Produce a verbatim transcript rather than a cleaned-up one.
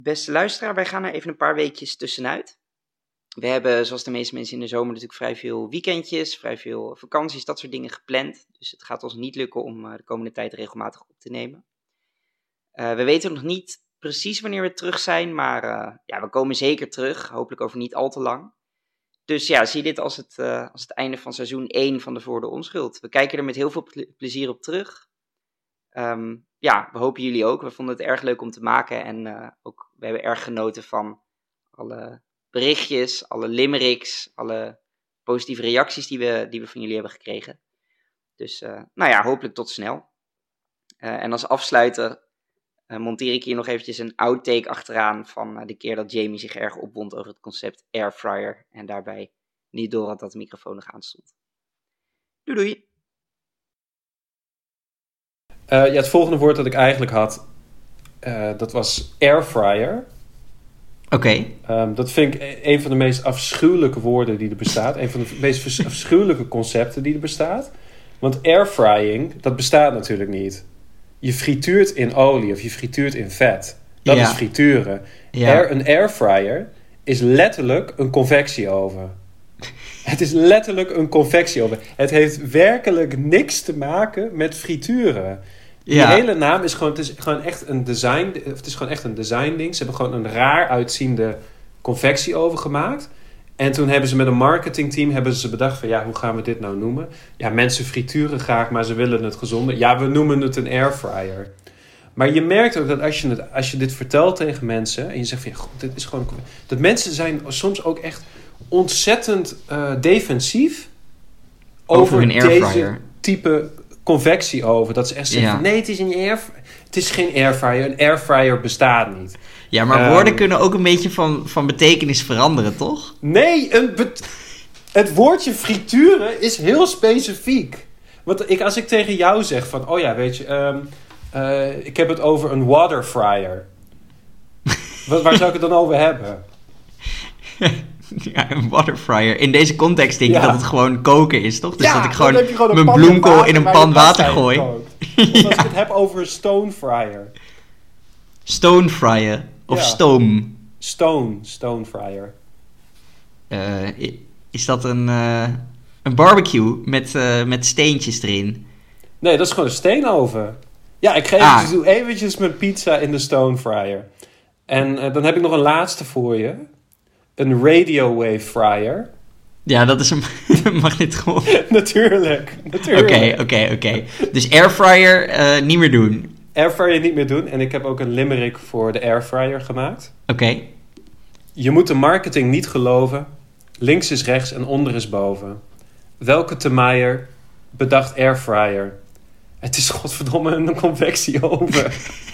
Beste luisteraar, wij gaan er even een paar weekjes tussenuit. We hebben, zoals de meeste mensen in de zomer, natuurlijk vrij veel weekendjes, vrij veel vakanties, dat soort dingen gepland. Dus het gaat ons niet lukken om uh, de komende tijd regelmatig op te nemen. Uh, we weten nog niet precies wanneer we terug zijn, maar uh, ja, we komen zeker terug, hopelijk over niet al te lang. Dus ja, zie dit als het, uh, als het einde van seizoen één van de Voor de Onschuld. We kijken er met heel veel ple- plezier op terug. Um, ja, we hopen jullie ook. We vonden het erg leuk om te maken en uh, ook, we hebben erg genoten van alle berichtjes, alle limericks, alle positieve reacties die we, die we van jullie hebben gekregen. Dus uh, nou ja, hopelijk tot snel. Uh, en als afsluiter uh, monteer ik hier nog eventjes een outtake achteraan van uh, de keer dat Jamie zich erg opwond over het concept airfryer en daarbij niet door had dat de microfoon nog aan stond. Doei doei! Uh, ja, het volgende woord dat ik eigenlijk had, uh, dat was airfryer. Oké. Okay. Um, dat vind ik een van de meest afschuwelijke woorden die er bestaat. Een van de meest afschuwelijke concepten die er bestaat. Want airfrying, dat bestaat natuurlijk niet. Je frituurt in olie of je frituurt in vet. Dat ja. is frituren. Ja. Air, een airfryer is letterlijk een convectieoven. Het is letterlijk een convectieoven. Het heeft werkelijk niks te maken met frituren. Die ja. hele naam is gewoon, het is gewoon echt een design, het is gewoon echt een design ding. Ze hebben gewoon een raar uitziende convectieoven gemaakt. En toen hebben ze met een marketingteam hebben ze bedacht van ja, hoe gaan we dit nou noemen? Ja, mensen frituren graag, maar ze willen het gezonder. Ja, we noemen het een airfryer. Maar je merkt ook dat als je, het, als je dit vertelt tegen mensen en je zegt van ja, god, dit is gewoon, dat mensen zijn soms ook echt ontzettend uh, defensief over, over een airfryer. Deze type convectieoven. Dat ze echt zeggen, ja. nee, het is een airfryer. Het is geen airfryer. Een airfryer bestaat niet. Ja, maar woorden um, kunnen ook een beetje van, van betekenis veranderen, toch? Nee, een bet- het woordje frituren is heel specifiek. Want ik, als ik tegen jou zeg van, oh ja, weet je, um, uh, ik heb het over een waterfryer. Wat, waar zou ik het dan over hebben? Ja, een waterfryer. In deze context denk ik ja. dat het gewoon koken is, toch? Dus ja, dat ik gewoon, gewoon mijn bloemkool in een pan water gooi. Of ja. als ik het heb over een stone fryer. Stone fryer. Of ja. stoom. Stone. Stone fryer. Uh, is dat een, uh, een barbecue met, uh, met steentjes erin? Nee, dat is gewoon een steenoven. Ja, ik, geef, ah. ik doe eventjes mijn pizza in de stone fryer. En uh, dan heb ik nog een laatste voor je. Een radio wave fryer. Ja, dat is een magnetron. Natuurlijk. Oké, oké, oké. Dus airfryer uh, niet meer doen. Airfryer niet meer doen. En ik heb ook een limerick voor de airfryer gemaakt. Oké. Okay. Je moet de marketing niet geloven. Links is rechts en onder is boven. Welke Temaier bedacht airfryer? Het is godverdomme een convectieoven.